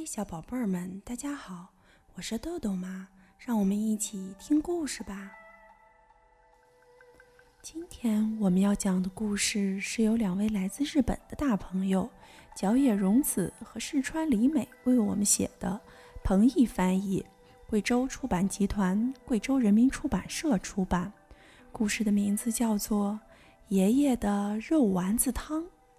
小宝贝儿们，大家好，我是豆豆妈，让我们一起听故事吧。今天我们要讲的故事是由两位来自日本的大朋友角野荣子和市川里美为我们写的，彭毅翻译，贵州出版集团贵州人民出版社出版。故事的名字叫做《爷爷的肉丸子汤》。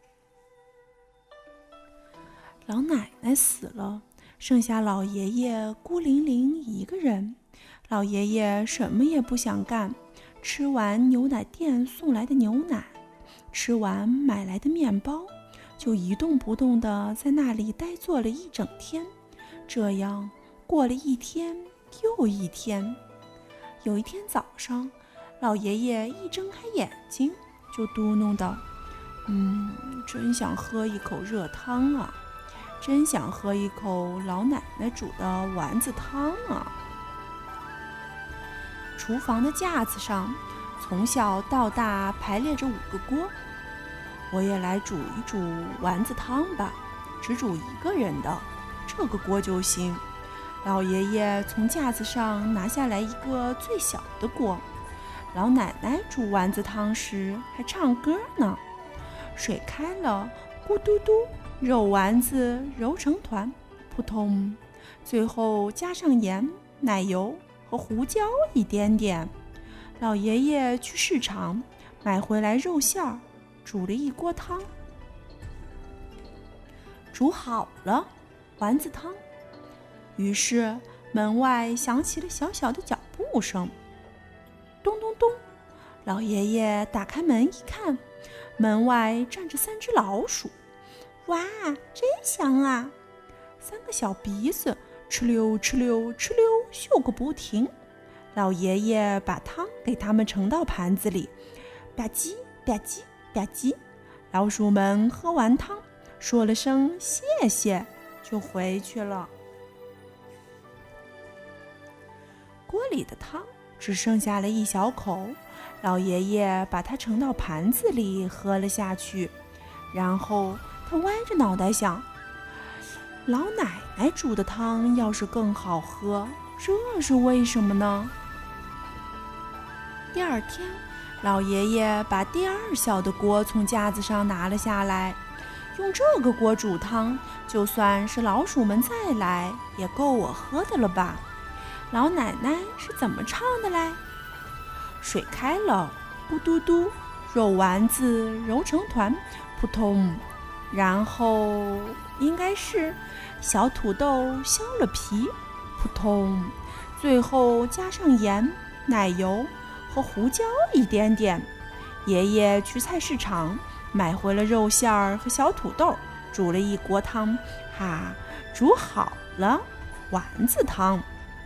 老奶奶死了，剩下老爷爷孤零零一个人。老爷爷什么也不想干，吃完牛奶店送来的牛奶，吃完买来的面包，就一动不动地在那里呆坐了一整天。这样过了一天又一天。有一天早上，老爷爷一睁开眼睛就嘟哝道：真想喝一口热汤啊，真想喝一口老奶奶煮的丸子汤啊。厨房的架子上从小到大排列着5个锅，我也来煮一煮丸子汤吧，只煮1个人的，这个锅就行。老爷爷从架子上拿下来一个最小的锅。老奶奶煮丸子汤时还唱歌呢，水开了，咕嘟嘟，肉丸子揉成团，扑通，最后加上盐、奶油和胡椒一点点。老爷爷去市场买回来肉馅儿，煮了一锅汤。煮好了，丸子汤。于是门外响起了小小的脚步声，咚咚咚。老爷爷打开门一看，门外站着3只老鼠。哇，真香啊！3个小鼻子哧溜哧溜哧溜嗅个不停。老爷爷把汤给他们盛到盘子里，吧唧吧唧吧唧。老鼠们喝完汤，说了声谢谢，就回去了。锅里的汤只剩下了1小口，老爷爷把它盛到盘子里喝了下去，然后他歪着脑袋想，老奶奶煮的汤要是更好喝，这是为什么呢？第二天，老爷爷把第2小的锅从架子上拿了下来，用这个锅煮汤，就算是老鼠们再来，也够我喝的了吧？老奶奶是怎么唱的来？水开了，咕嘟嘟，肉丸子揉成团，扑通。然后应该是小土豆削了皮，扑通，最后加上盐、奶油和胡椒一点点。爷爷去菜市场买回了肉馅儿和小土豆，煮了一锅汤，煮好了丸子汤。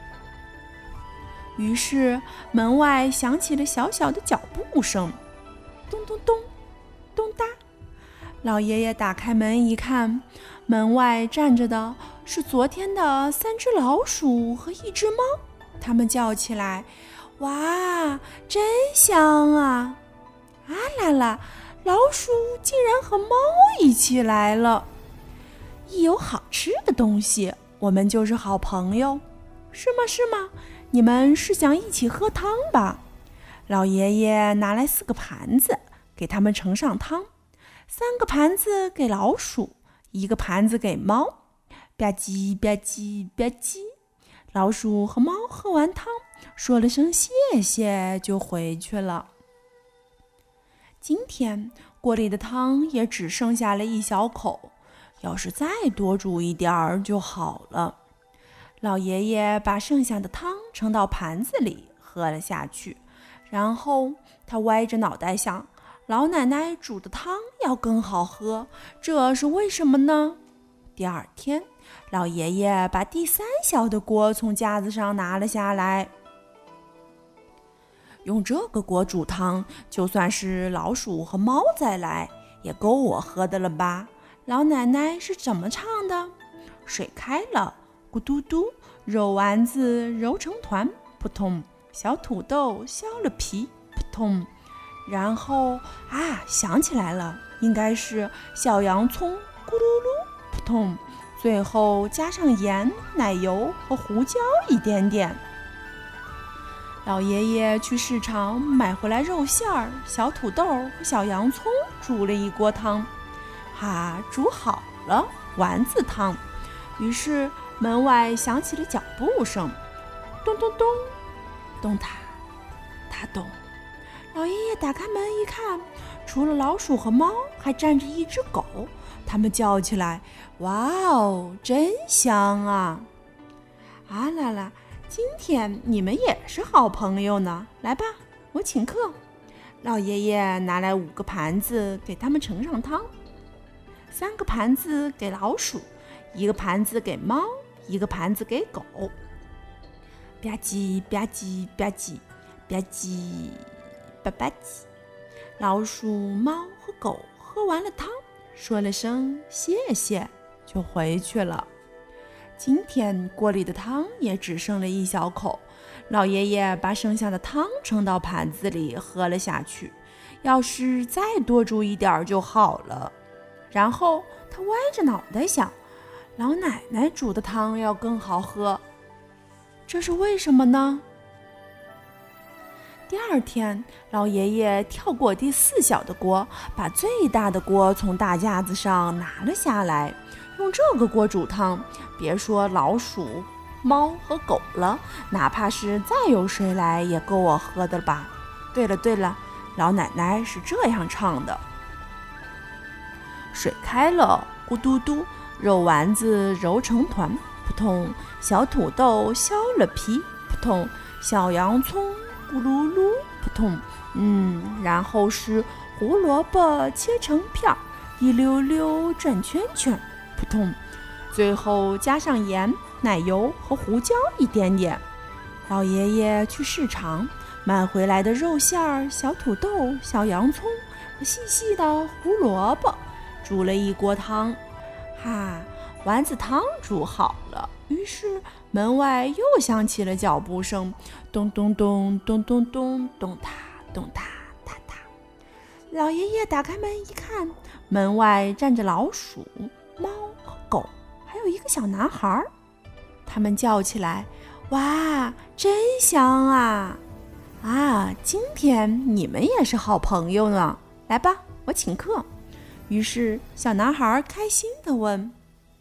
于是门外响起了小小的脚步声，咚咚咚，咚哒。老爷爷打开门一看，门外站着的是昨天的3只老鼠和1只猫。他们叫起来：哇，真香啊！啊啦啦，老鼠竟然和猫一起来了。一有好吃的东西，我们就是好朋友，是吗？是吗？你们是想一起喝汤吧？老爷爷拿来4个盘子，给他们盛上汤。3个盘子给老鼠，1个盘子给猫，吧唧吧唧吧唧。老鼠和猫喝完汤，说了声谢谢，就回去了。今天锅里的汤也只剩下了1小口，要是再多煮一点儿就好了。老爷爷把剩下的汤盛到盘子里，喝了下去，然后他歪着脑袋想，老奶奶煮的汤要更好喝，这是为什么呢？第2天，老爷爷把第3小的锅从架子上拿了下来。用这个锅煮汤，就算是老鼠和猫再来，也够我喝的了吧？老奶奶是怎么唱的？水开了，咕嘟嘟，肉丸子揉成团，扑通，小土豆削了皮，扑通。然后想起来了，应该是小洋葱咕噜噜，扑通， 最后加上盐、奶油和胡椒一点点。老爷爷去市场买回来肉馅儿、小土豆和小洋葱，煮了一锅汤。煮好了丸子汤。于是门外响起了脚步声，咚咚咚，咚嗒嗒咚。老爷爷打开门一看，除了老鼠和猫，还站着一只狗。他们叫起来：“哇哦，真香啊！啦啦，今天你们也是好朋友呢，来吧，我请客。”老爷爷拿来5个盘子给他们盛上汤，3个盘子给老鼠，1个盘子给猫，1个盘子给狗。吧唧吧唧吧唧吧唧吧吧唧，老鼠、猫和狗喝完了汤，说了声谢谢，就回去了。今天锅里的汤也只剩了1小口，老爷爷把剩下的汤盛到盘子里喝了下去。要是再多煮一点就好了。然后他歪着脑袋想，老奶奶煮的汤要更好喝，这是为什么呢？第2天，老爷爷跳过第4小的锅，把最大的锅从大架子上拿了下来，用这个锅煮汤，别说老鼠、猫和狗了，哪怕是再有谁来也够我喝的吧。对了，老奶奶是这样唱的：水开了，咕嘟嘟，肉丸子揉成团，扑通，小土豆削了皮，扑通，小洋葱咕噜噜，扑通，然后是胡萝卜切成片，一溜溜转圈圈，扑通，最后加上盐、奶油和胡椒一点点。老爷爷去市场买回来的肉馅儿、小土豆、小洋葱和细细的胡萝卜，煮了一锅汤。丸子汤煮好了，于是门外又响起了脚步声，咚咚咚，咚咚咚，咚嗒咚嗒嗒嗒。老爷爷打开门一看，门外站着老鼠、猫和狗，还有一个小男孩。他们叫起来：“哇，真香啊！今天你们也是好朋友呢，来吧，我请客。”于是小男孩开心地问：“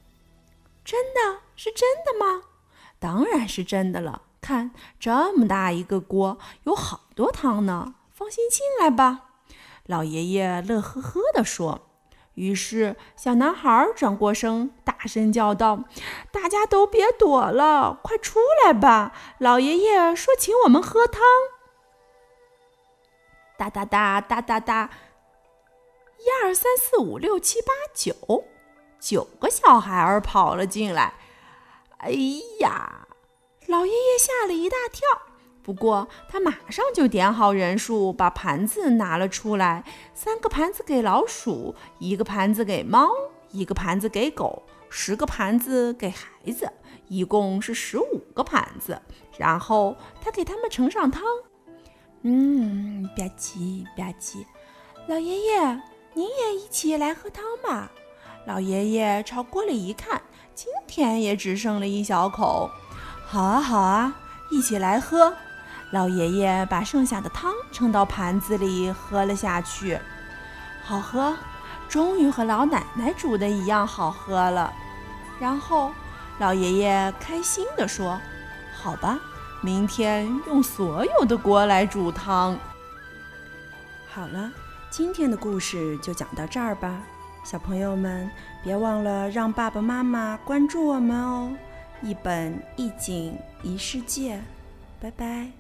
是真的吗？”“当然是真的了，看这么大一个锅，有好多汤呢，放心进来吧。”老爷爷乐呵呵地说。于是小男孩转过身，大声叫道：“大家都别躲了，快出来吧！老爷爷说请我们喝汤。”哒哒哒哒哒哒，1、2、3、4、5、6、7、8、9，9个小孩儿跑了进来。哎呀，老爷爷吓了一大跳。不过他马上就点好人数，把盘子拿了出来，3个盘子给老鼠，1个盘子给猫，1个盘子给狗，10个盘子给孩子，一共是15个盘子。然后他给他们盛上汤。吧唧吧唧，老爷爷，您也一起来喝汤吧。老爷爷朝锅里一看，今天也只剩了1小口。好啊，一起来喝。老爷爷把剩下的汤盛到盘子里喝了下去。好喝，终于和老奶奶煮的一样好喝了。然后老爷爷开心地说：“好吧，明天用所有的锅来煮汤。”好了，今天的故事就讲到这儿吧。小朋友们，别忘了让爸爸妈妈关注我们哦。一本一景一世界，拜拜。